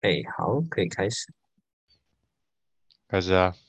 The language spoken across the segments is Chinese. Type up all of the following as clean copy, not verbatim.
哎，好，可以开始。 开始啊，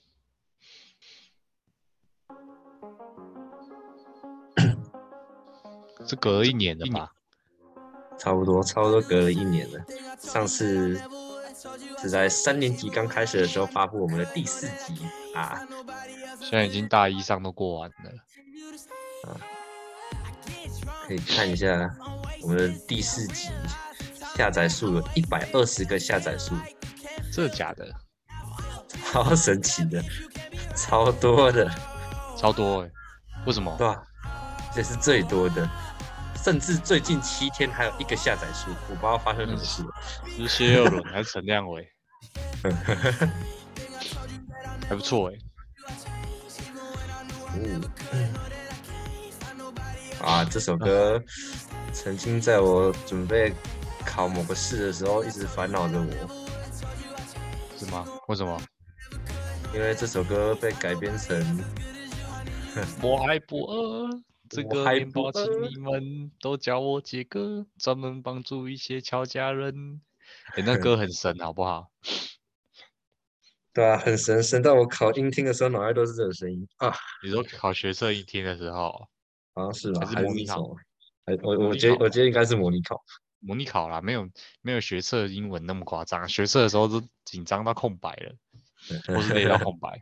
是隔了一年了吧？ 差不多隔了一年了。上次是在3年级刚开始的时候发布我们的第4集啊现在已经大一上都过完了， 啊，可以看一下我们的第4集下载数有120个下载数， 这假的？ 超神奇的，超多的， 超多为什么？ 对吧？这是最多的，甚至最近7天还有1个下载数，我不知道发生什那是么事了。 是谢佑伦还是陈亮伟？还不错这首啊， 歌曾经在我准备考某个试的时候，一直烦恼着我， 是吗？为什么？ 因为这首歌被改编成我还不饿，这 “我个还不饿”。 面包请你们都叫我杰哥，专门帮助一些乔家人。那歌很神，好不好？ 对啊，很神到我考音听的时候，脑袋都是这个声音啊， 你说考学测一听的时候， 好像是吧？ 还是还模拟考？ 是什么？还我模我觉得我拟考吧。 觉得应该是模拟考。 模拟考啦，没有学测英文那么夸张，学测的时候都紧张到空白了，或是累到空白。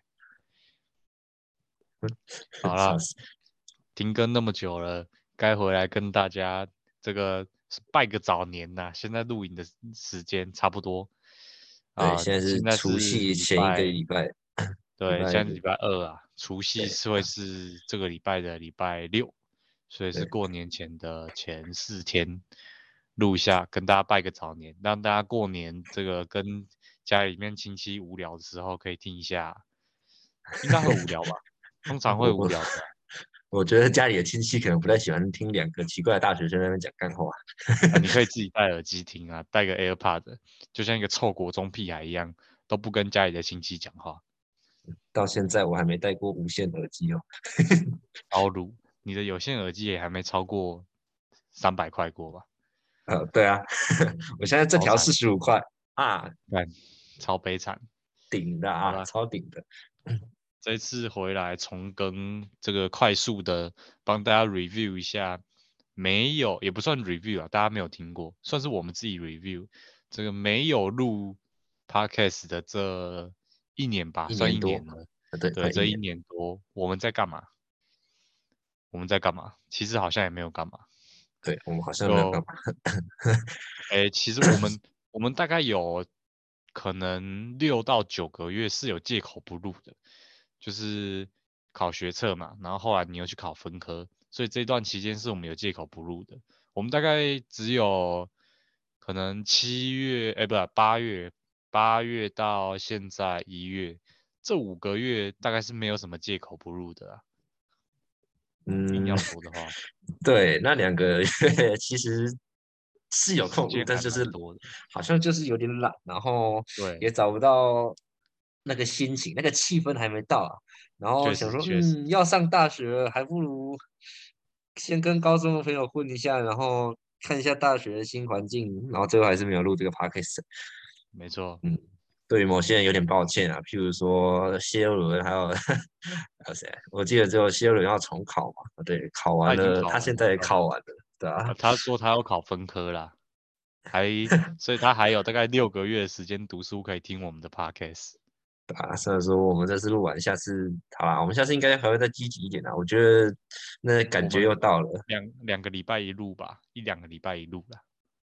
好啦， 笑死！ 停更那么久了，该回来跟大家这个拜个早年呐、现在录影的时间差不多对， 啊、 现在是现在除是夕前一个礼拜，礼对， 拜五。 现在是礼拜 2啊，除夕对是会是这个礼拜的礼拜 6，所以是对， 过年前的前4天录一下，跟大家拜个早年，让大家过年这个跟家里面亲戚无聊的时候可以听一下，应该会无聊吧？通常会我我无聊的我觉得家里的亲戚可能不太喜欢听2个奇怪的大学生在那边讲干话。 你可以自己戴耳机听啊，戴个 AirPod，就像一个臭国中屁孩一样，都不跟家里的亲戚讲话。 到现在我还没戴过无线耳机哦。 高鲁，你的有线耳机也还没超过300块过吧？ 对啊，我现在这条超惨， 45块啊， 看超悲惨。 顶的啊， 好了， 超顶的。 这次回来重更这个快速的帮大家 review 一下，没有也不算 review 啊，大家没有听过，算是我们自己 review 这个没有录 podcast 的这一年吧，算一一年多， 年了。 对，快对，这一一年。 年多我们在干嘛？我们在干嘛？其实好像也没有干嘛， 对，我们好像没有干就嘛。 其实我们大概有可能6到9个月是有借口不录的，就是考学测嘛，然后后来你又去考分科，所以这段期间是我们有借口不录的。我们大概只有可能7月，不是8月，8月到现在1月，这5个月大概是没有什么借口不录的啊。硬嗯， 要说的话， 对，那2个月其实是有空录， 时间还但就是蛮多的。 好像就是有点懒，然后对， 也找不到那个心情，那个气氛还没到啊。然后确想说， 实确实。 要上大学了，还不如先跟高中的朋友混一下，然后看一下大学的新环境，然后最后还是没有录这个 podcast。 没错， 嗯，对于某些人有点抱歉啊，譬如说谢尔伦，还有还有谁啊，我记得只有谢尔伦要重考嘛，对，考他已经完了， 考完了， 他现在也对考完了，对啊， 他说他要考分科啦，还所以他还有大概6个月的时间读书可以听我们的 podcast。 对啊，虽然说我们这次录完，下次好啦，我们下次应该还会再积极一点啊，我觉得那感觉又我们到了。 两个礼拜一录吧，1、2个礼拜一录啦，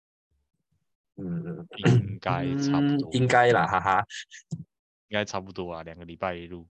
嗯应该差不应多， 该啦，哈哈。 应该差不多啊，2个礼拜一录。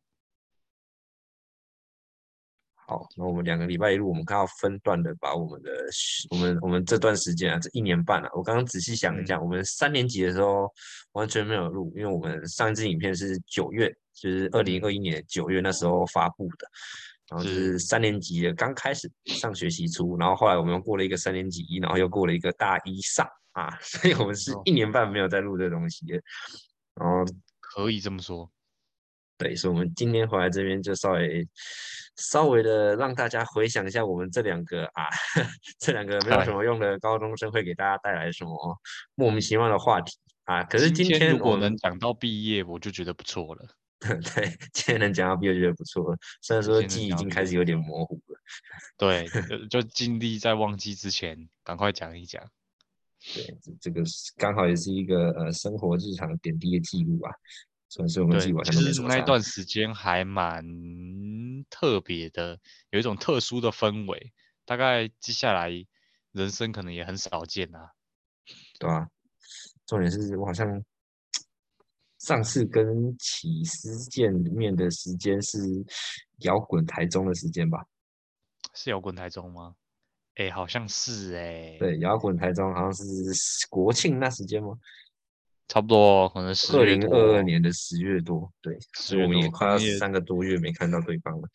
好，那我们2个礼拜一路，我们刚好分段的把我们这段时间啊，这1年半啊，我刚刚仔细想一下， 嗯， 我们3年级的时候完全没有录，因为我们上一支影片是9月，就是2021年9月那时候发布的，然后这是， 是3年级的刚开始上学期初，然后后来我们又过了一个3年级，然后又过了一个大一上啊，所以我们是没错， 1年半没有在录这东西的，然后可以这么说。 对，所以我们今天回来这边就稍微的让大家回想一下，我们这2个啊，这2个没有什嗨， 么用的高中生会给大家带来什么莫名其妙的话题。 啊，可是今今天如果天我们能讲到毕业，我就觉得不错了。 对今天能讲到毕业觉得不错了，虽然对， 说今天能记忆已经讲到毕开始有点业不错。 模糊了。 对，就尽力在忘记之前赶快讲一讲。 对，这个刚好也是一个生活日常点滴的记录啊，虽然说我们自己对， 晚上都没其实什么差。 那一段时间还蛮特别的，有一种特殊的氛围。大概接下来人生可能也很少见啊。 对吧？重点是我好像上次跟起司见面的时间是摇滚台中的时间吧？ 是摇滚台中吗？哎，好像是哎， 对，摇滚台中好像是国庆那时间吗？ 差不多可能十月 2022 多， 年的10月多，对，所以我们也十月多，可快要能也 3个多月没看到对方了。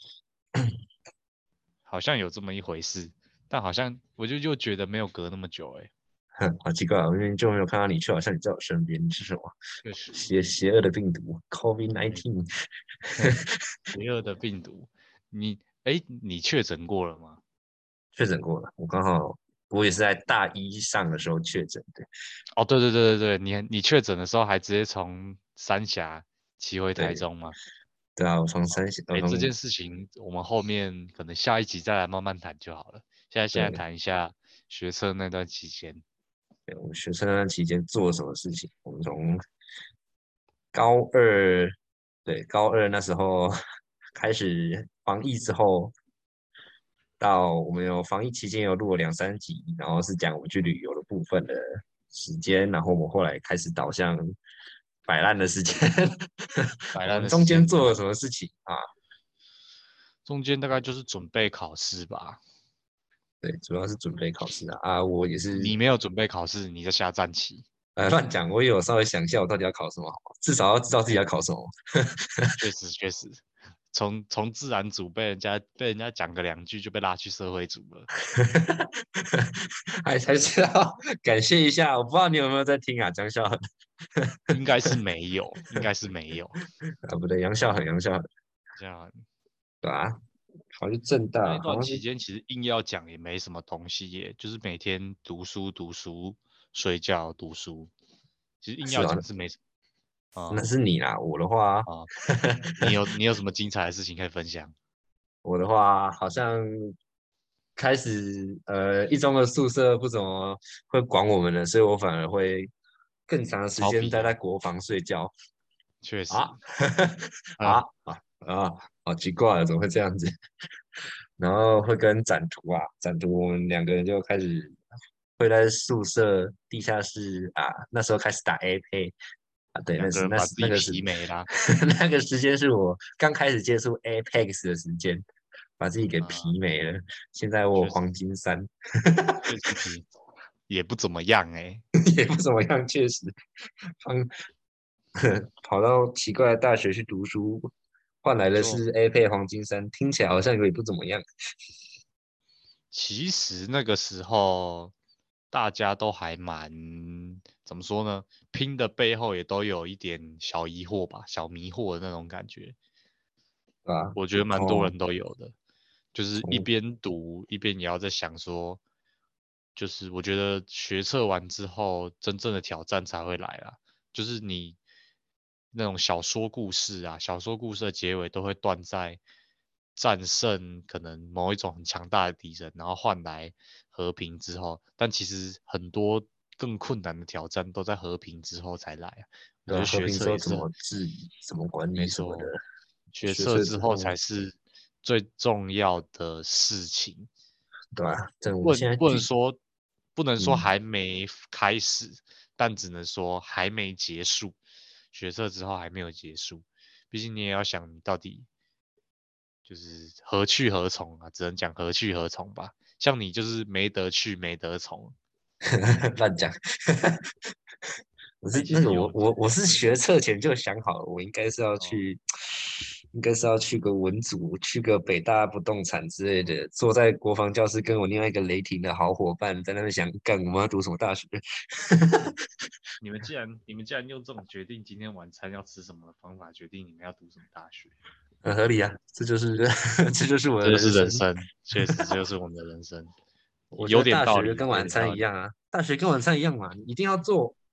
好像有这么一回事，但好像我就觉得没有隔那么久哎。 哼，好奇怪啊，我明明就没有看到你，却好像你在我身边，你是什么确实， 邪恶的病毒没 ？COVID-19？ 邪恶的病毒，你确诊过了吗？ 确诊过了，我也是在大一上的时候确诊的。 哦，对对对对对，你确诊的时候还直接从三峡骑回台对中吗？ 对啊，我从三峡，我哎，这从件事情我们后面可能下一集再来慢慢谈就好了。现在对谈一下学测那段期间。 对我们学生那段期间做了什么事情？我们从高二，对，高二那时候开始防疫之后，到我们有防疫期间有录了2、3集，然后是讲我们去旅游的部分的时间，然后我们后来开始导向摆烂的时间。 摆我们烂的时间， 中间做了什么事情啊？ 中间大概就是准备考试吧。 对，主要是准备考试啊，我也是你没有准备考试，你在下战棋。 乱讲，我也有稍微想一下我到底要考什么好，至少要知道自己要考什么。 确实确实，从自然组被人家讲个2句就被拉去社会组了。 还是要感谢一下，我不知道你有没有在听啊，张笑恒应该是没有，应该是没有。 啊，不对，杨笑恒，杨笑恒， 这样对吧、好像正大， 那一段好像是期间，其实硬要讲也没什么东西耶，就是每天读书读书，睡觉读书。其实硬要是啊， 讲是没什么那是你啦。我的话， 你有什么精彩的事情可以分享？ 我的话好像开始一中的宿舍不怎么会管我们了，所以我反而会更长的时超皮耶， 间待在国房睡觉啊确实， 啊嗯， 啊，好奇怪啊，怎么会这样子？然后会跟展图我们2个人就开始会在宿舍地下室啊，那时候开始打 A P 啊，对， 两个人把自己那个是皮没啦， 那个时间是我刚开始接触 Apex 的时间，把自己给啊、 皮没了。现在我有确实黄金三， 确实皮也不怎么样哎， 也不怎么样，确实。放跑到奇怪的大学去读书，换来没错。 的是 A 配黄金三，听起来好像也不怎么样。 其实那个时候大家都还蛮怎么说呢？拼的背后也都有一点小疑惑吧，小迷惑的那种感觉。 对吧？ 我觉得蛮多从人都有的，就是一从边读一边也要在想说，就是我觉得学测完之后，真正的挑战才会来啊。就是你那种小说故事啊，小说故事的结尾都会断在战胜可能某一种很强大的敌人，然后换来和平之后。但其实很多更困难的挑战都在和平之后才来啊。我对吧？ 觉得学和平之测也是很后怎么治理、怎么管理什么的， 没错，学学测之后测之后， 才是最重要的事情。 对吧？这我们不能不能现在说不能说嗯， 还没开始，但只能说还没结束。学测之后还没有结束，毕竟你也要想你到底就是何去何从啊，只能讲何去何从吧。像你就是没得去没得从， 乱讲。我是其那个实有我是学测前就想好了，我应该是要哦， 去，应该是要去个文组，去个北大不动产之类的，坐在国防教室跟我另外一个雷霆的好伙伴在那边想，干我们要读什么大学？ 你们既然用这种决定今天晚餐要吃什么的方法决定你们要读什么大学， 很合理啊，这就是这就是我的这就是人生。 人生，确实这就是我们的人生， 我觉得有点大学跟道理，有晚餐一点道理。 样啊，大学跟晚餐一样嘛，你一定要做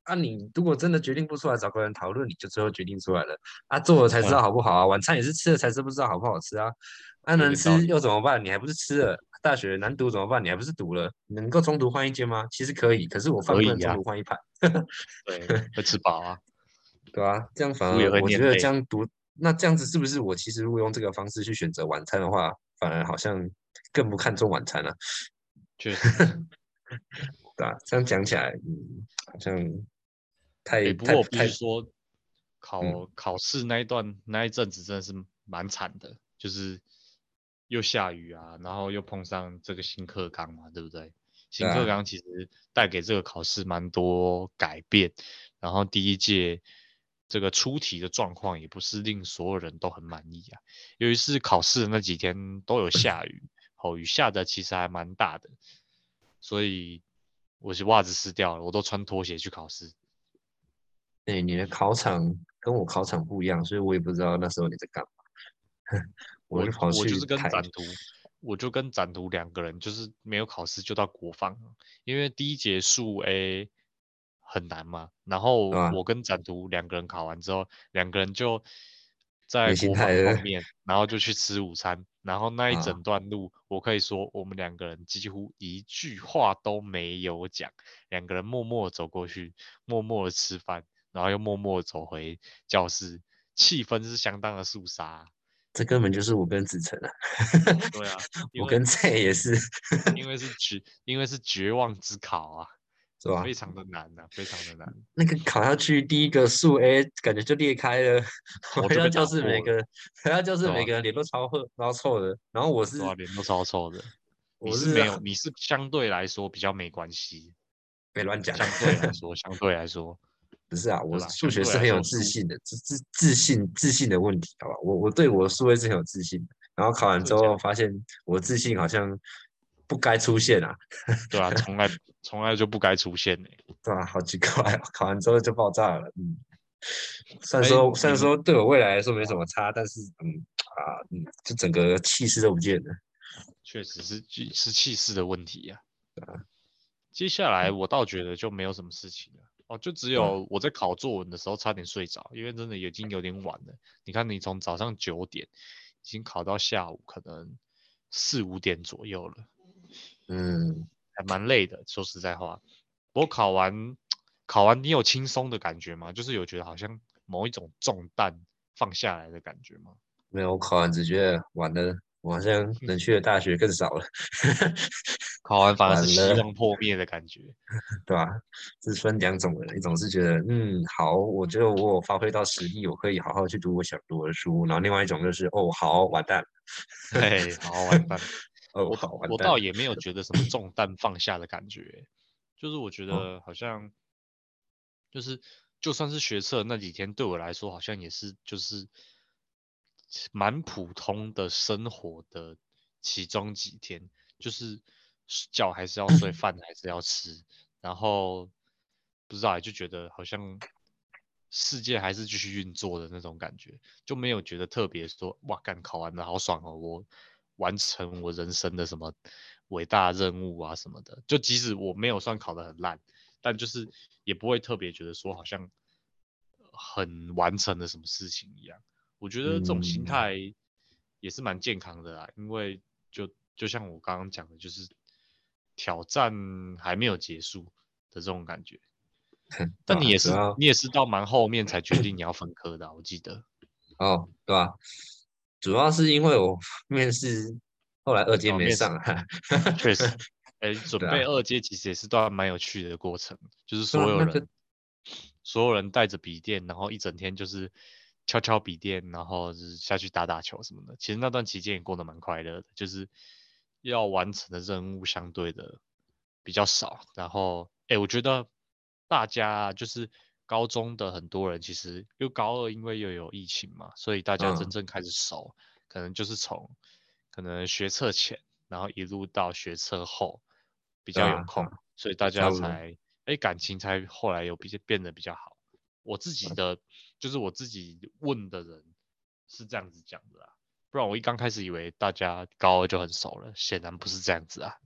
啊，你如果真的决定不出来，找个人讨论，你就最后决定出来了。啊，做了才知道好不好啊，晚餐也是吃了才知不知道好不好吃啊。啊， 有能吃点道理。 又怎么办？你还不是吃了？大学难读怎么办？你还不是读了？能够中途换一间吗？其实可以，可是我饭不能可以啊， 中途换一盘， 对，会吃饱啊， 对吧？这样反书也会而我觉得这念背。 样读，那这样子是不是我其实如果用这个方式去选择晚餐的话，反而好像更不看重晚餐了， 确实。 对吧？这样讲起来，好像太不过我必须太太， 说， 嗯， 考试那一阵子真的是蛮惨的，就是又下雨啊，然后又碰上这个新课纲嘛，对不对？新课对啊， 纲其实带给这个考试蛮多改变，然后第一届这个出题的状况也不是令所有人都很满意啊，由于是考试的那几天都有下雨，雨下的其实还蛮大的，所以我是袜子湿掉了，我都穿拖鞋去考试。 哎，你的考场跟我考场不一样，所以我也不知道那时候你在干嘛。我我是跑我就是跟去台， 展图，我就跟展图两个人，就是没有考试就到国防了，因为第一节数 A 很难嘛，然后对吧？ 我跟展图两个人考完之后，两个人就在没心国态的防碰面，然后就去吃午餐，然后那一啊， 整段路，我可以说我们两个人几乎一句话都没有讲，两个人默默地走过去，默默的吃饭，然后又默默地走回教室，气氛是相当的肃杀。 这根本就是我跟子晨啊， 对啊，因为我跟蔡也是， 因为是绝望之考啊， 是吧？ 非常的难啊，非常的难， 那个考下去第一个数 A 感觉就裂开了， 头就被打破了， 回到教室对吧？ 每个人脸都超褐，超臭的。然后对啊，脸都超臭的。你我是是没有，你是相对来说比较没关系， 没乱讲， 相对来说， 不是啊，我对吧？ 数相对学是很有来说数自信的，自信的问题，好吧？我对我的数位是很有自信的，然后考完之这假的， 后发现我自信好像不该出现啊， 对啊，从来就不该出现呢。 对吧？好奇怪哦，考完之后就爆炸了， 哎， 虽然你们说对我未来来说没什么差，但是就整个气势都不见了。 确实是气势的问题呀。接下来我倒觉得就没有什么事情了。哦，就只对吧？ 有我在考作文的时候差点睡着，因为真的已经有点晚了。你看，你从早上9点已经考到下午可能4、5点左右了， 嗯， 还蛮累的。说实在话，不过考完你有轻松的感觉吗？就是有觉得好像某一种重担放下来的感觉吗？ 没有，我考完只觉得完了，我好像能去的大学更少了， 考完反而是完了， 希望破灭的感觉。 对吧？是分两种人，一种是觉得好，我觉得我有发挥到实力，我可以好好去读我想读的书，然后另外一种就是好，完蛋了， 嘿，好完蛋。 哦好，完我蛋了， 倒也没有觉得什么重担放下的感觉，就是我觉哦， 得好像就是就算是学测那几天对我来说，好像也是就是蛮普通的生活的其中几天，就是觉还是要睡，饭还是要吃，然后不知道欸就觉得好像世界还是继续运作的那种感觉，就没有觉得特别说哇，干考完了好爽哦，我完成我人生的什么伟大任务啊什么的。就即使我没有算考得很烂，但就是也不会特别觉得说好像很完成了什么事情一样。我觉得这种心嗯， 态也是蛮健康的啦，因为就像我刚刚讲的，就是挑战还没有结束的这种感觉。 对吧？ 但你也是到蛮后面才决定你要分科的啊我记得。 对吧？主要是因为我面试后来二阶哦，面试没上啊， 确实，哎，准对啊， 备二阶其实也是段蛮有趣的过程，就是对啊， 所有人带着笔电，然后一整天就是敲笔电，然后就是下去打球什么的。其实那段期间也过得蛮快乐的，就是要完成的任务相对的比较少。然后，哎，我觉得大家就是高中的很多人，其实因为高二因为又有疫情嘛，所以大家真嗯， 正开始熟，可能就是从可能学测前，然后一路到学测后比对啊，对啊， 较有空，所以大差不多。 家才感情才后来有变得比较好。我自己的就是我自己问的人是这样子讲的啦，不然我一刚开始以为大家高二就很熟了，显然不是这样子啊。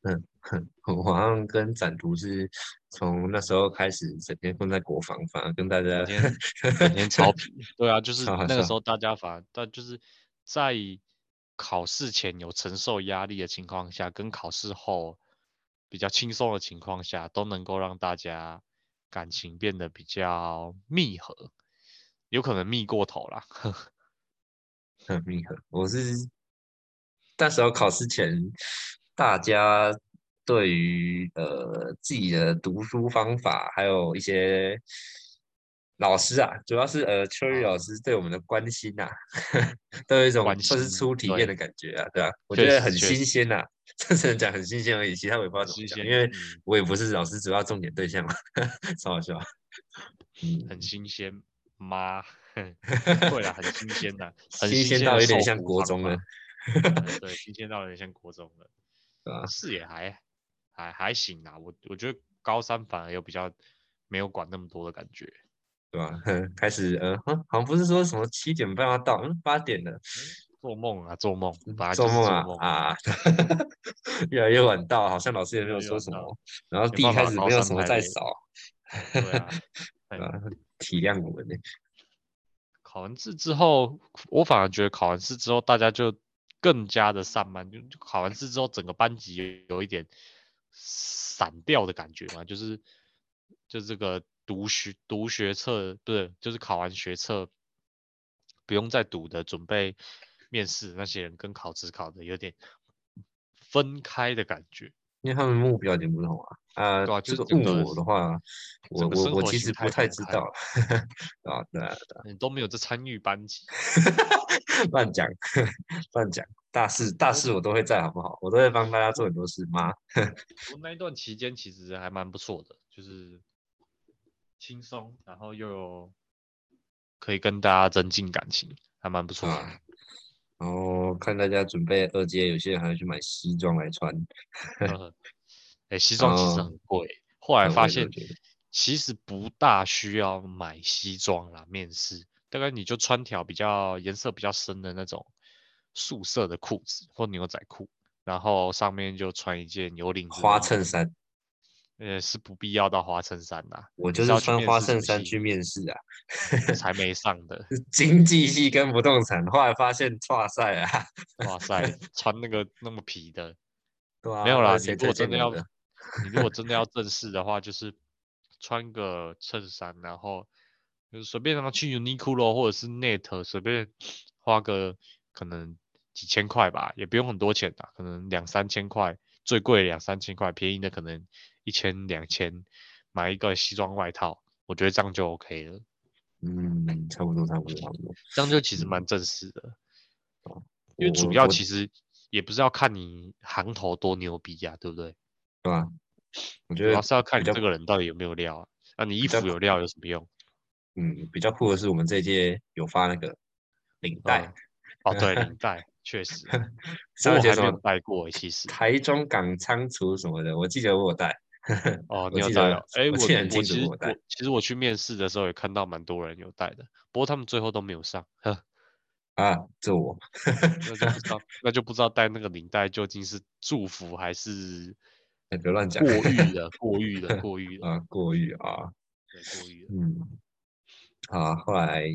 我好像跟展图是从那时候开始整天混在国防，反而跟大家整天整天超皮，对啊，就是超好笑。 那个时候大家但就是在考试前有承受压力的情况下，跟考试后比较轻松的情况下，都能够让大家感情变得比较密合，有可能密过头啦。 很密合。我是那时候考试前，大家对于自己的读书方法，还有一些老师啊，主要是秋雨老啊， 师对我们的关心呐、都有一种关算是心， 初体验的对， 感觉啊，对吧、我觉确得很实确实新鲜呐、这只能讲很新鲜而已，其他我也不知道怎么讲，因很新鲜， 为嗯， 我也不是老师主要重点对象嘛，超好笑。 很嗯， 新鲜吗？会啦，很新鲜的，很新鲜新鲜的到有点像受苦国中了， 方法。对，新鲜到有点像国中了， 对吧？ 是也还行啦。我觉得高三反而有比较没有管那么多的感觉。 对吧？开始好像不是说什么7点半要到，8点了， 嗯，做梦啊，做梦，本来就是做梦做梦， 啊啊，越来越晚到，好像老师也没越来有越晚到， 说什么，然后地没办法， 开始没有什高三太累了。 么在扫， 对啊， 对哎， 吧？体谅我们呢， 考完试之后，我反而觉得考完试之后大家就更加的散漫，就考完试之后整个班级有一点散掉的感觉嘛，就这个读学测，不是，就是考完学测不用再读的，准备面试那些人跟考职考的有点分开的感觉， 因为他们目标有点不同啊。 对吧、就是这个问我的话，我整个我我其生活形实不太态分开， 知道，对啊， 你都没有在参与班级。 乱讲乱讲，大事我都会在，好不好？我都会帮大家做很多事，妈， 我那一段期间其实还蛮不错的，就是轻松，然后又有可以跟大家增进感情，还蛮不错的。 啊。然后看大家准备2阶，有些人还会去买西装来穿， 呵呵，哎，西装其实然后很贵，后来我发现也这么觉得。 其实不大需要买西装啦，面试大概你就穿条比较颜色比较深的那种素色的裤子或牛仔裤，然后上面就穿一件有领子的花衣服， 衬衫， 是不必要到花衬衫的。 我你是要去就是穿花面试什么衬衫去系？ 面试啊， 才没上的。 经济系跟不动产，后来发现哇塞啊， 哇塞，穿那个那么皮的， 对啊， 没有啦。 那是谁推荐我的？ 你如果真的要正式的话，就是穿个衬衫，然后就是随便让他去 Uniqlo 或者是 Net 随便花个可能几千块吧，也不用很多钱的，可能两三千块，最贵两三千块，便宜的可能1000、2000，买一个西装外套，我觉得这样就 OK 了， 嗯，差不多，差不多，差不多。 这样就其实蛮嗯， 正式的。因我为主我我， 要其实也不是要看你行头多牛逼呀、对不对？ 对吧？我觉得主要是要看比较你这个人到底有没有料啊。那你衣比较酷， 服有料有什么用？ 比较酷的是，我们这一届有发那个领带， 嗯，哦，对，领带确实，不上过我还没有一节什么戴过诶，其实。 台中港仓储什么的，我记得我有带， 哦， 我记得你有戴哦？哎， 我记得很清楚，我有带。 其实我去面试的时候也看到蛮多人有戴的，不过他们最后都没有上，呵， 这我那就不知道戴那个领带究竟是祝福还是哎，别乱讲。 过誉了， 过誉啊， 对，过誉了。 嗯，好，后来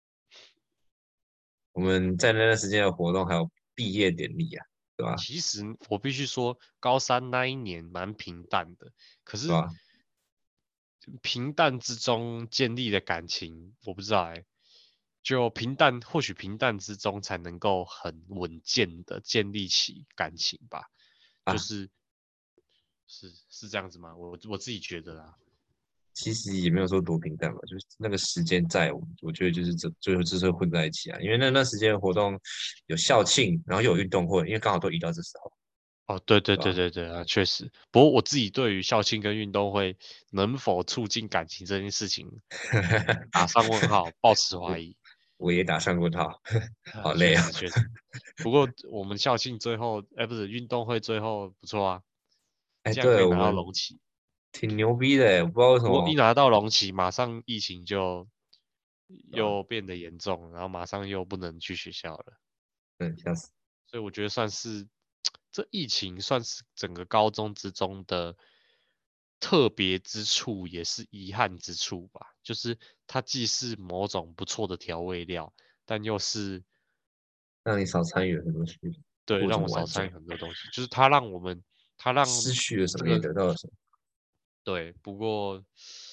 我们在那段时间的活动还有毕业典礼啊，对吧？ 其实我必须说，高三那一年蛮平淡的，可是对吧？ 平淡之中建立的感情，我不知道哎，就平淡，或许平淡之中才能够很稳健的建立起感情吧，就啊， 是这样子吗？我自己觉得啦， 其实也没有说多平淡吧，就是那个时间在，我觉得就是最后就是会混在一起啊，因为那段时间的活动有校庆，然后又有运动会，因为刚好都移到这时候， 哦，对对对吧？ 对对对啊，确实。不过我自己对于校庆跟运动会能否促进感情这件事情打上问号，抱持怀我疑。 我也打上过套，好累啊！ 确实确实。不过我们校庆最后，哎，不是运动会最后不错啊， 哎，对， 竟然可以拿到我们龙旗。 挺牛逼的欸，我不知道为什么， 不过一拿到龙旗，马上疫情就对吧？ 又变得严重，然后马上又不能去学校了。 嗯，笑死， 所以我觉得算是这疫情算是整个高中之中的特别之处，也是遗憾之处吧。就是它既是某种不错的调味料，但又是让你少参与了很多事， 对或什让我少参与么玩家很多东西。就是它让我们，它让失去了什么，也这个得到了什么。 对，不过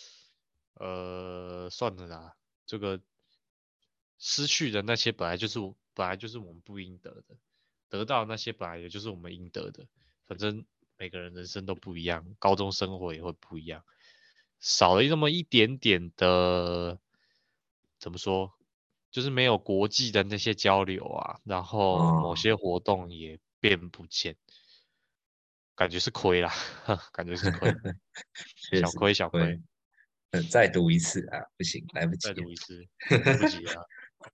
算了啦，这个失去的那些本来就是我们不应得的，得到的那些本来也就是我们应得的。反正每个人人生都不一样，高中生活也会不一样，少了那么一点点的，怎么说，就是没有国际的那些交流啊，然后某哦， 些活动也变不见，感觉是亏啦，感觉是亏， 确实小亏小会， 亏， 再读一次啊，不行，来不及再了。 读一次，来不及了。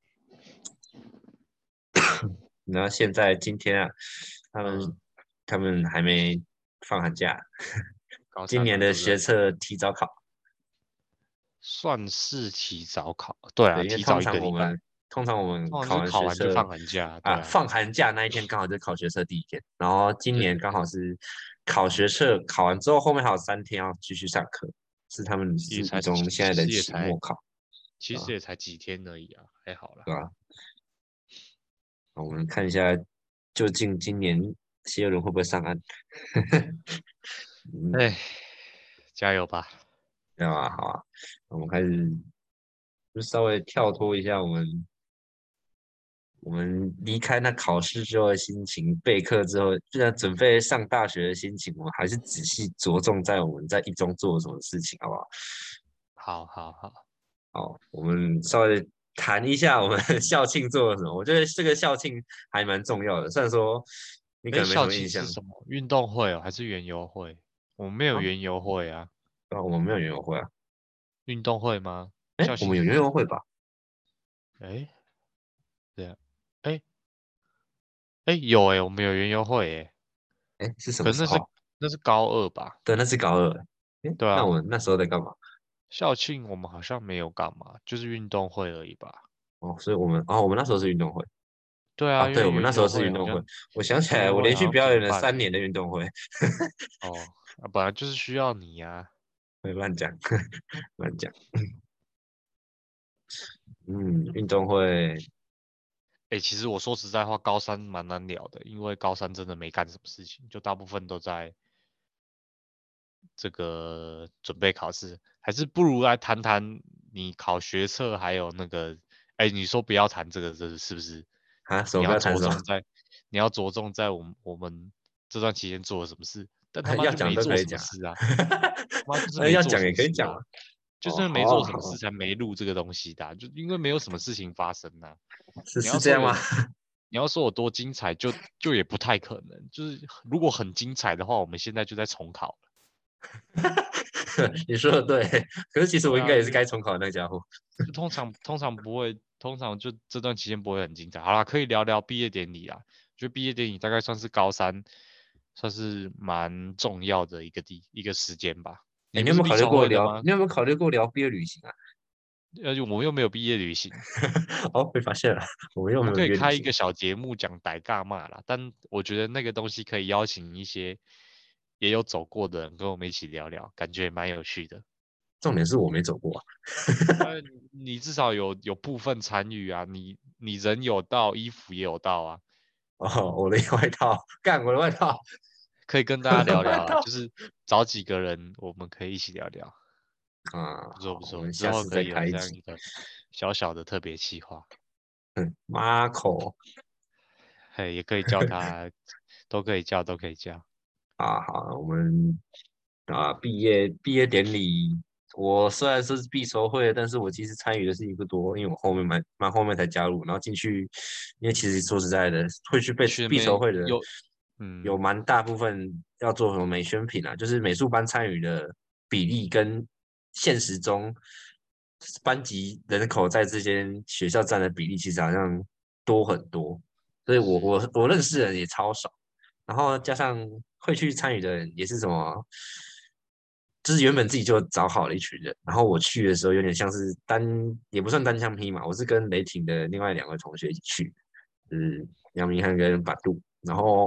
然后现在今天啊，他们嗯， 他们还没放寒假， 高三了， 今年的对不对？ 学测提早考。 算是提早考，对啊， 对，因为提早一个礼拜， 通常我们通常就是考完考完就学测放寒假，对啊， 啊， 放寒假那一天刚好就是考学测第一天，然后今年对对对， 刚好是考学测考完之后，后面还有3天要继续上课，他们是一也才种现在的其实也才期末考， 其实啊， 也才几天而已啊，还好啦。 对吧？那我们看一下，究竟今年谢尔伦会不会上岸？嗯， 哎，加油吧！ 对吧？好啊，我们开始就稍微跳脱一下我们离开那考试之后的心情，备课之后，就像准备上大学的心情，我们还是仔细着重在我们在一中做了什么事情，好不好？ 好好好， 好，我们稍微谈一下我们校庆做了什么。我觉得这个校庆还蛮重要的，虽然说你可哎， 能没什校么印象庆是什么？运动会哦，还是园游会？我们没有啊， 园游会啊， 我们没有园游会啊， 运动会吗？ 哎， 校我们有园庆是什么？ 游会吧？ 哎，对啊，哎哎有哎，我们有园游会哎， 哎，是什可是那是么时候？ 那是高二吧？ 对，那是高二。哎， 对啊， 那我们那时候在干嘛？ 校庆我们好像没有干嘛，就是运动会而已吧？ 哦，所以我们那时候是运动会啊， 对啊，因对，我为园们那时候游会好是运动会。我想起来， 像园游我连续会好像停表演了办了。 3年的运动会。 哦，本来就是需要你呀、 会乱讲，乱讲。嗯，运动会其实我说实在话，高三蛮难聊的，因为高三真的没干什么事情，就大部分都在这个准备考试，还是不如来谈谈你考学测，还有那个，你说不要谈这个，这是不是？ 啊，什你要么不要谈什么？ 着重在，你要着重在我们这段期间做了什么事，但他妈就要讲没做什么都可以讲， 事啊，他妈就是要讲没做什也可以讲啊。 么事啊，就哦， 是没好啊， 做什么事好啊， 才没录这个东西的啊就因为没有什么事情发生啊。 是你要说有， 是这样吗？ 你要说有多精彩，就也不太可能。就是如果很精彩的话，我们现在就在重考了。 你说的对，可是其实我对啊， 应该也是该重考的那个家伙。 就通常不会，通常就这段期间不会很精彩。好啦，可以聊聊毕业典礼啊。就毕业典礼大概算是高三，算是蛮重要的一个时间吧。 哎， 你不是立朝会的吗？ 你有没有考虑过聊毕业旅行啊？ 我们又没有毕业旅行， 哦，被发现了，我们又没有我们可以毕业旅行。 开一个小节目讲歹尬骂啦。但我觉得那个东西可以邀请一些也有走过的人跟我们一起聊聊，感觉蛮有趣的。 重点是我没走过啊。 你至少有部分参与啊，你人有到，衣服也有到啊， 哦，我的外套，干我的外套， 可以跟大我家的聊聊啊， 外套。 就是找几个人，我们可以一起聊聊， 啊， 不错好， 不错， 我们之后下次再可以有开一集。 这样一个小小的特别企划， 嗯，Marco， 嘿，也可以叫他，都可以叫，都可以叫， 啊，好，我们毕业典礼，我虽然说是必筹会，但是我其实参与的事情不多，因为我后面蛮后面才加入，然后进去，因为其实说实在的，会去必筹去那边会的有嗯， 蛮大部分要做什么美宣品啊，就是美术班参与的比例跟现实中班级人口在这间学校占的比例，其实好像多很多，所以我认识的人也超少。然后加上会去参与的人也是什么，就是原本自己就找好了一群人，然后我去的时候有点像是也不算单枪匹马，我是跟雷霆的另外2位同学一起去，就是杨明翰跟把杜，然后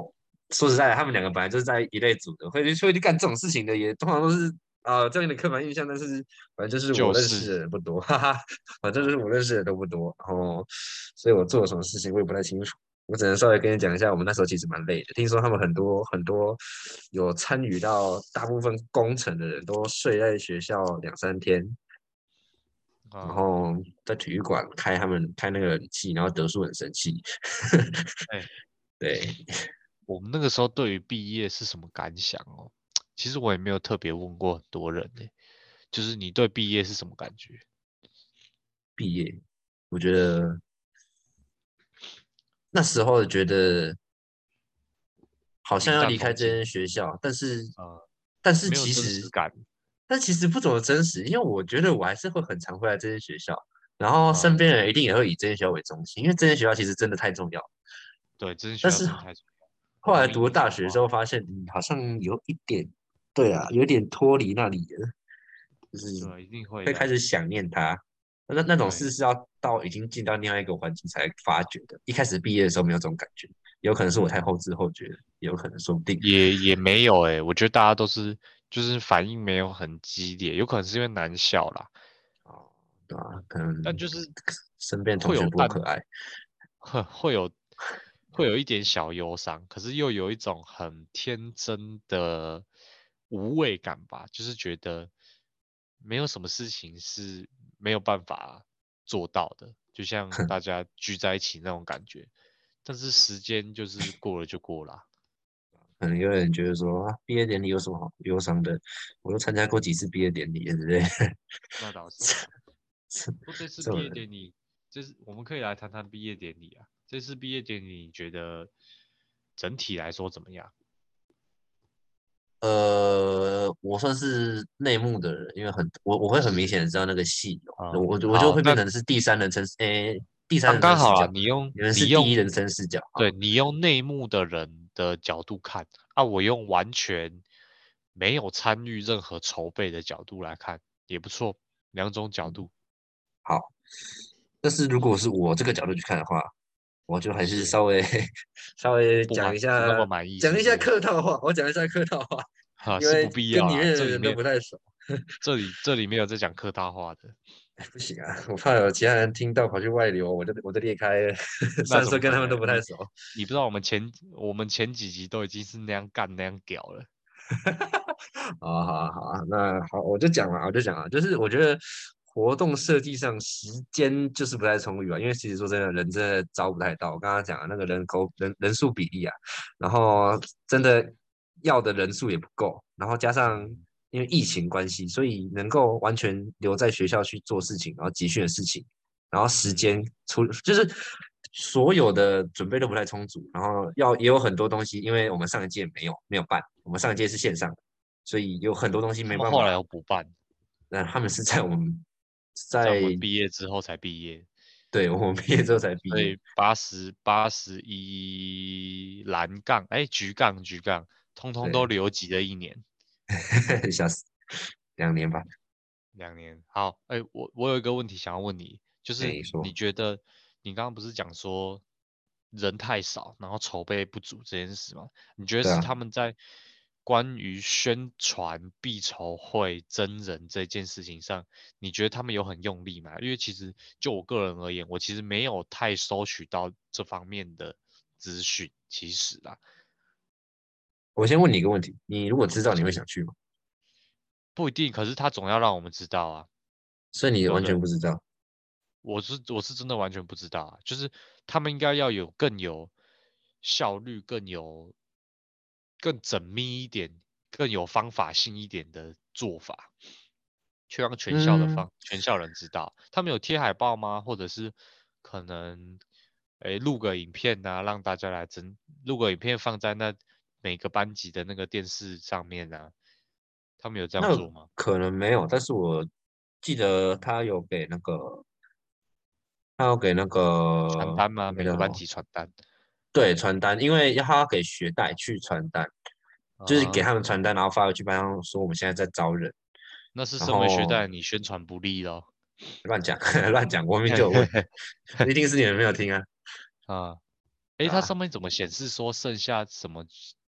说实在的，他们两个本来就是在一类组的，会去干这种事情的也通常都是这样的刻板印象，但是反正就是我认识就是的人不多，哈哈，反正就是我认识的都不多，然后所以我做了什么事情我也不太清楚，我只能稍微跟你讲一下，我们那时候其实蛮累的，听说他们很多很多有参与到大部分工程的人都睡在学校2、3天，然啊， 后在体育馆开那个冷气，然后德叔很生气， 哎， 对， 我们那个时候对于毕业是什么感想哦？其实我也没有特别问过很多人呢，就是你对毕业是什么感觉？ 毕业，我觉得那时候觉得好像云要淡风轻离开这间学校，但是啊， 但是没有真其实实感但其实不怎么真实，因为我觉得我还是会很常回来这间学校，然后身啊。 边人一定也会以这间学校为中心，因为这间学校其实真的太重要。 对，这间学但是校真的太重要， 后来读了同意你这大学之后， 句话。 发现好像有一点，对啊，有点脱离那里了，就是对，一定会的啊。 会开始想念它。那种事对， 是要到已经进到另外一个环境才发觉的，一开始毕业的时候没有这种感觉，有可能是我太后知后觉了，也有可能说不定。 也没有诶，我觉得大家都是就是反应没有很激烈，有可能是因为男校啦， 哦，对啊，可能但就是身边同学会有淡， 不够可爱。 会有一点小忧伤，可是又有一种很天真的无畏感吧，就是觉得没有什么事情是没有办法做到的，就像大家聚在一起那种感觉。但是时间就是过了就过了啊。 可能有人觉得说毕业典礼有什么好忧伤的？我都参加过几次毕业典礼了，对不对？ 那倒是啊。不过这次毕这种人， 业典礼，我们可以来谈谈毕业典礼啊。这次毕业典礼，你觉得整体来说怎么样？ 我算是内幕的人，因为我会很明是显的知道那个戏有， 啊， 我就好， 会变那成是第三人称，第三刚人称视角， 刚好了， 你们是第一人称视角， 对， 好， 你用内幕的人的角度看啊，我用完全没有参与任何筹备的角度来看，也不错，两种角嗯， 度好。但是如果是我这个角度去看的话，我就还是是稍微稍微讲一不那么下满意， 讲一下是不是？ 客套话，我讲一下客套话， 哈， 因为是不必要啦， 跟里面的人都不太熟。 这里没有在讲客套话的， 不行啊，我怕有其他人听到跑去外流，我就裂开了。虽那然说跟他们都怎么可能？ 不太熟， 你不知道我们前几集都已经是那样干那样屌了。 好啊，好啊，好啊，那好，我就讲了，就是我觉得活动设计上时间就是不太充裕啊，因为其实说真的，人真的招不太到。我刚刚讲的那个人数比例啊，然后真的要的人数也不够，然后加上嗯因为疫情关系，所以能够完全留在学校去做事情，然后集训的事情，然后时嗯， 间就是所有的准备都不太充足，然后也有很多东西，因为我们上一届没有办，我们上一届是线上的，所以有很多东西没办法。 他们后来有补办， 那他们是在我们在我在们毕业之后才毕业， 对我们毕业之后才毕业， 所以81蓝杠，哎，橘杠，通通都对， 留级了一年笑死，2年吧。 2年。好，哎，我有一个问题想要问你，就是你说你觉得你刚刚不是讲说人太少，然后筹备不足这件事吗？你觉得是对啊？ 他们在关于宣传必筹会真人这件事情上，你觉得他们有很用力吗？因为其实就我个人而言，我其实没有太收取到这方面的资讯，其实啦， 我先问你一个问题，你如果知道你会想去吗？ 不一定，可是他总要让我们知道啊， 所以你完对不对？ 全不知道。 我是真的完全不知道啊，就是他们应该要有更有效率、更缜密一点、更有方法性一点的做法，去让嗯， 全校人知道。他们有贴海报吗？或者是可能录个影片啊，让大家录个影片放在每个班级的那个电视上面啊，他们有这样那做吗？ 可能没有，但是我记得他有给那个传单吗？ 那个叫什么？ 每个班级传单对，传单，因为他要给学贷去传单，就是给啊。 他们传单，然后发回去班上说我们现在在招人， 那是然身为学后贷你宣传不力咯。 乱讲乱讲，我明明就有问， 嘿嘿嘿一定是你们没有听啊。 啊， 哎， 对吧？ 它上面怎么显示说剩下什么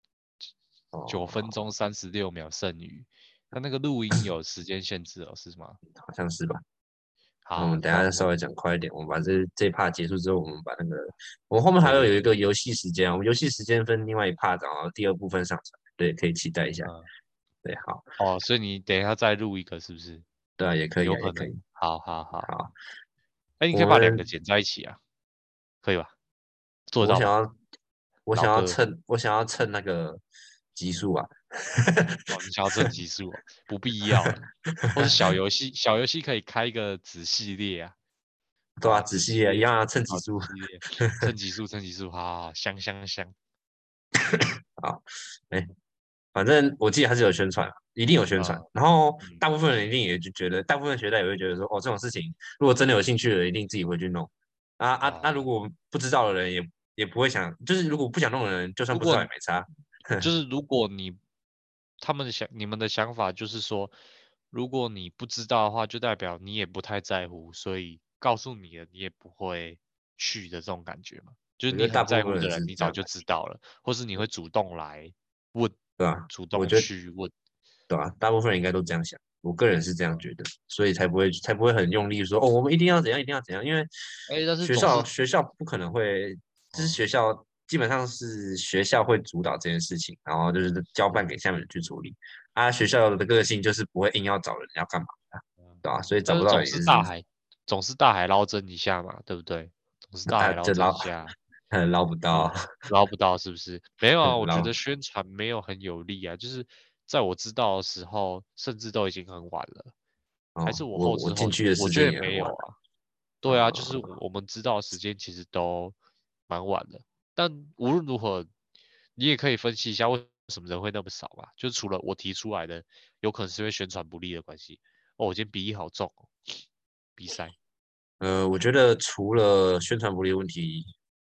9分钟哦， 36秒剩余？它那个录音有时间限制哦，是吗？ 好像是吧？那我们好， 等一不然我下再稍微讲快一点，我们把这一 part 结束之后，我们把那个我们后面还有对对对， 一个游戏时间啊，我们游戏时间分另外一 part，然后第二部分上传，对，可以期待一下。 嗯， 对，好， 哦，所以你等一下再录一个是不是？ 对啊，也可以啊，也有可能。 可以。 好好好， 好， 哎，你可以把两个我们剪在一起啊，可以吧？做得到吧？ 我想要老哥， 我想要蹭那个集数啊， 哦，你想要蹭级数哦，不必要了。或是小游戏，小游戏可以开一个子系列啊， 对啊， 啊， 仔子系列， 细一样啊，蹭集好，子数。 系列，蹭级数，蹭级数，好好好，香香香， 好，哎，反正我记得还是有宣传，一定有宣传。 嗯然后嗯大部分人一定也就觉得，大部分学贷也会觉得说，哦，这种事情如果真的有兴趣的人，一定自己会去弄。那如啊， 果不知道的人也不会想，就是如果不想弄的人，就算不知如果道也没差。 如果你们的想法就是说，如果你不知道的话，就代表你也不太在乎，所以告诉你了，你也不会去的这种感觉嘛。就是我觉得你很大部分人在乎的人，你早就是这样的， 知道了，或是你会主动来问， 对吧？ 主动我觉得去问。 对吧？大部分人应该都这样想，我个人是这样嗯， 觉得，所以才不会很用力说，哦，我们一定要怎样，一定要怎样，因为哎，但是学总是， 校学校不可能会，就是嗯， 学校基本上是学校会主导这件事情，然后就是交办给下面人去处理。啊，学校的个性就是不会硬要找人要干嘛的， 嗯对吧？所以找但是不到人也是总是大海捞针一下嘛，对不对？总是大海捞就捞针一下。 捞不到， 捞不到是不是？没有啊，我觉捞得宣传没有很有力啊，就是在我知道的时候，甚至都已经很晚了，还哦， 是我我后知后觉？ 进去的时我觉得也间也很晚没有啊。对啊，就是啊， 我们知道的时间其实都蛮晚的，但无论如何，你也可以分析一下为什么人会那么少吧？就是除了我提出来的，有可能是因为宣传不力的关系。哦，我今天鼻音好重哦，鼻塞。 我觉得除了宣传不力的问题，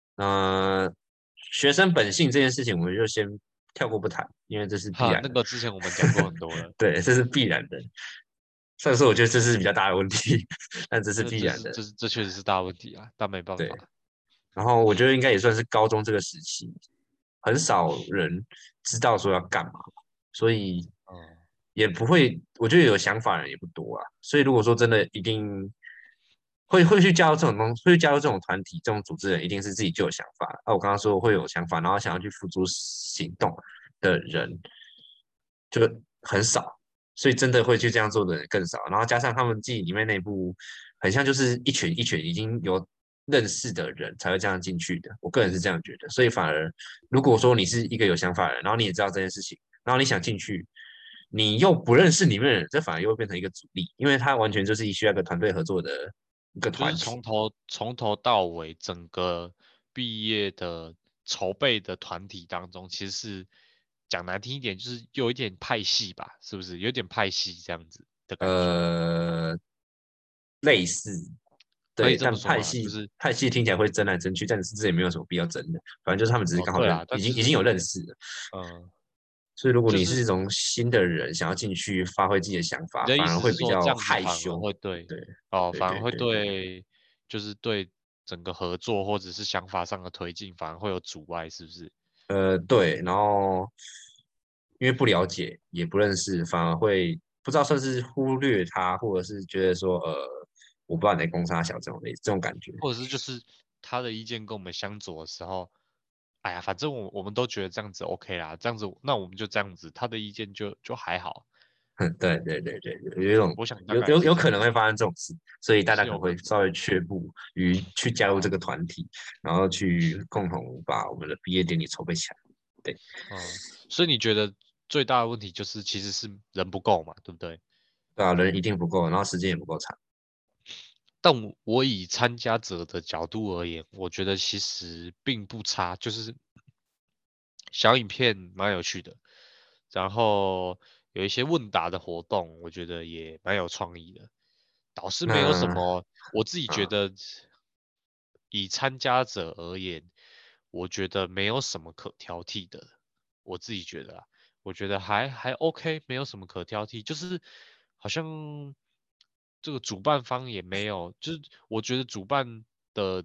学生本性这件事情，我们就先跳过不谈，因为这是必哈， 然的。 那个之前我们讲过很多了， 对，这是必然的。虽然说我觉得这是比较大的问题，但这是必然的。 这确实是大问题啊，但没办对， 法。 然后我觉得应该也算是高中这个时期，很少人知道说要干嘛，所以嗯， 也不会，我觉得有想法的人也不多啊。所以如果说真的一定会去加入这种东西，会去加入这种团体、这种组织的人，一定是自己就有想法。我刚刚说会有想法，然后想要去付诸行动的人就很少，所以真的会去这样做的人更少。然后加上他们自己里面内部，很像就是一群一群已经有认识的人才会这样进去的。我个人是这样觉得，所以反而如果说你是一个有想法的人，然后你也知道这件事情，然后你想进去，你又不认识里面的人，这反而又会变成一个阻力，因为他完全就是需要一个团队合作的一个就是团体。 从头到尾，整个毕业的筹备的团体当中，其实是讲难听一点，就是有一点派系吧，是不是？有点派系这样子的感觉， 呃，类似，对， 可以这么但说嘛？就是派系听起来会争来争去，但是这也没有什么必要争的，反正就是他们只是哦， 刚好对啊，但就是已经有认识了， 嗯， 所以如果就是你是这种新的人，想要进去发挥自己的想法， 你的意反而思是说这会比较样子反而害羞。 会对对， 哦， 对反而会对对对， 对，就是对整个合作或者是想法上的推进，反而会有阻碍，是不是？ 对，然后因为不了解也不认识，反而会不知道算是忽略他，或者是觉得说我不知道你在攻杀小这种感觉。 或者是就是他的意见跟我们相左的时候，哎呀，反正我们都觉得这样子 OK 啦，这样子那我们就这样子，他的意见就还好， 对对对对，有一种我想大概是有这样子， 可能会发生这种事，所以大家是可能有可能的。 会稍微却步于去加入这好， 个团体，然后去共同把我们的毕业典礼筹备起来。对， 嗯，所以你觉得最大的问题就是其实是人不够嘛，对不对？ 对啊，人一定不够，然后时间也不够长。 但我以参加者的角度而言，我觉得其实并不差，就是小影片蛮有趣的，然后有一些问答的活动，我觉得也蛮有创意的。导师没有什那么，我自己觉啊， 得以参加者而言，我觉得没有什么可挑剔的。我自己觉得啊，我觉得还 OK，没有什么可挑剔，就是好像这个主办方也没有，就是我觉得主办的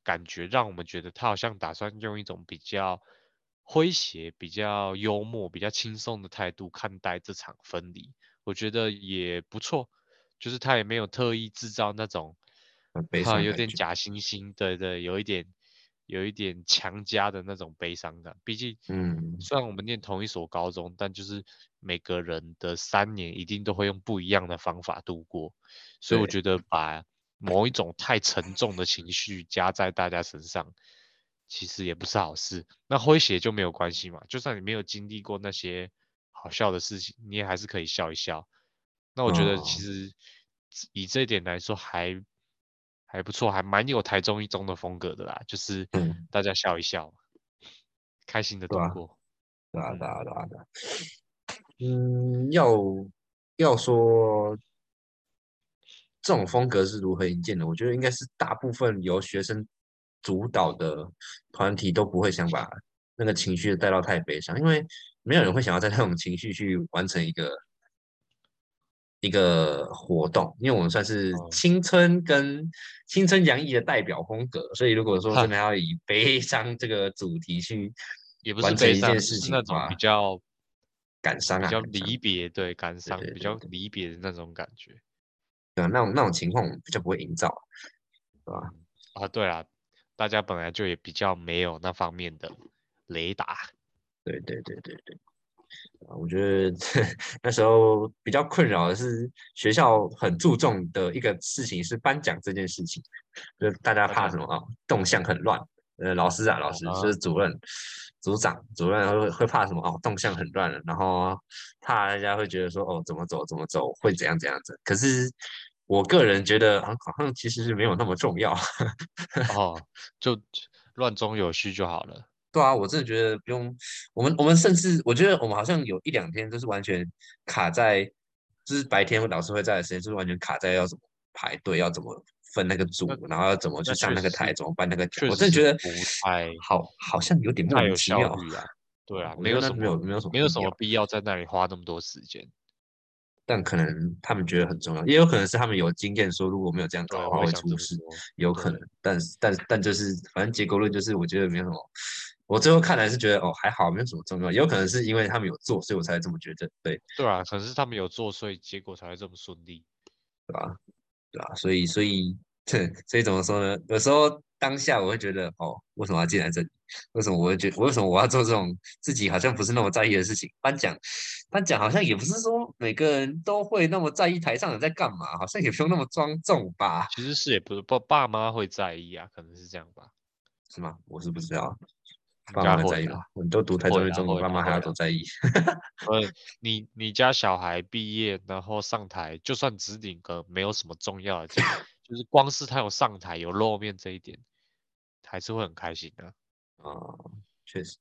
感觉让我们觉得他好像打算用一种比较诙谐、比较幽默、比较轻松的态度看待这场分离，我觉得也不错。就是他也没有特意制造那种很悲伤的感觉。 有点假惺惺，对对，有一点强加的那种悲伤感。毕竟， 嗯， 虽然我们念同一所高中，但就是每个人的3年一定都会用不一样的方法度过，所以我对， 觉得把某一种太沉重的情绪加在大家身上，其实也不是好事。那诙谐就没有关系嘛，就算你没有经历过那些好笑的事情，你也还是可以笑一笑。那我觉得其哦， 实以这一点来说还不错，还蛮有台中一中的风格的啦，就是嗯， 大家笑一笑，开心的对吧？ 度过。 对啊，对嗯， 啊，对啊，对啊。嗯，要说这种风格是如何引荐的，我觉得应该是大部分由学生主导的团体都不会想把那个情绪带到太悲伤，因为没有人会想要在那种情绪去完成一个活动，因为我们算是哦， 青春洋溢的代表风格，所以如果说真哈， 的要以悲伤这个主题去也不是完成悲伤， 一件事就是那种情的话， 比比较感伤， 离别，对，感对伤，比较对对对， 离别的那种感觉。 对啊，那种情况我们比较不会营造，对吧？ 嗯，对啊，大家本来就也比较没有那方面的雷达。 对对对对对。啊，我觉得那时候比较困扰的是，学校很注重的一个事情是颁奖这件事情，就是大家颁奖怕什么啊？动向很乱。老师就啊， 是主任、主任会怕什么哦？动向很乱了，然后怕大家会觉得说哦，怎么走，会怎样子。可是我个人觉得，好像其实是没有那么重要。 哦，就乱中有序就好了。 对啊，我真的觉得不用。我们甚至我觉得我们好像有一两天就是完全卡在，就是白天老师会在的时间，就是完全卡在要怎么排队，要怎么分那个那组，然后要怎么去那上那个台， 确实是， 怎么办那个奖。 确实我真的觉得是好像有点莫不太有名其妙效率啊。对啊， 我觉得那没有什么没有什么必要， 必要在那里花那么多时间。 但可能他们觉得很重要，也有可能是他们有经验说如果没有这样搞对， 的话我也想会出事， 这么说。 有可能。 对， 但就是反正结果论就是我觉得没有什么。我最后看来是觉得哦还好，没有什么重要，也有可能是因为他们有做，所以我才这么觉得，对对啊，可能是他们有做，所以结果才会这么顺利。 对吧？对吧？所以所以怎么说呢？有时候当下我会觉得哦，为什么要进来这里？为什么我要做这种自己好像不是那么在意的事情？颁奖好像也不是说每个人都会那么在意台上人在干嘛，好像也不用那么庄重吧？ 其实是也不是爸妈会在意啊，可能是这样吧。 是吗？我是不知道， 应爸妈该会啦， 会在意吗？我们都读台中一中，我会啦会爸妈还要啦会啦。 多在意。 你家小孩毕业然后上台，就算只领个没有什么重要的奖，就是光是他有上台有露面这一点，还是会很开心的。 啊、确实，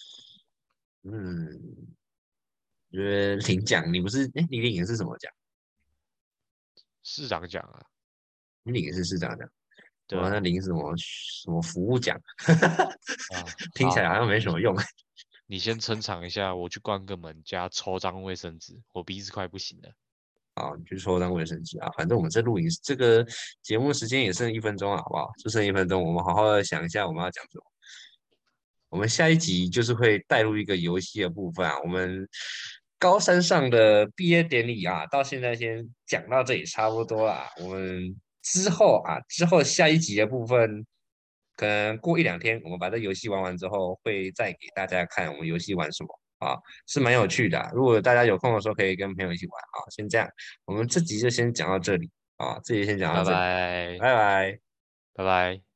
嗯，我觉得领奖，你不是，哎，你领的是什么奖？ 市长奖啊， 你领的是市长奖，我那对啊， 领什么服务奖，听起来好好， 像没什么用。 你先撑场一下，我去关个门加抽张卫生纸，我鼻子快不行了。 啊，你去抽张卫生纸啊，反正我们这录影这个节目时间也剩1分钟了，好不好？就剩1分钟，我们好好的想一下我们要讲什么。我们下一集就是会带入一个游戏的部分啊。我们高三上的毕业典礼啊，到现在先讲到这里差不多啦。我们之后下一集的部分，可能过一两天，我们把这游戏玩完之后，会再给大家看我们游戏玩什么啊，是蛮有趣的啊如果大家有空的时候，可以跟朋友一起玩啊。先这样，我们这集就先讲到这里啊，这集先讲到拜这里， 拜， 拜拜。 拜拜。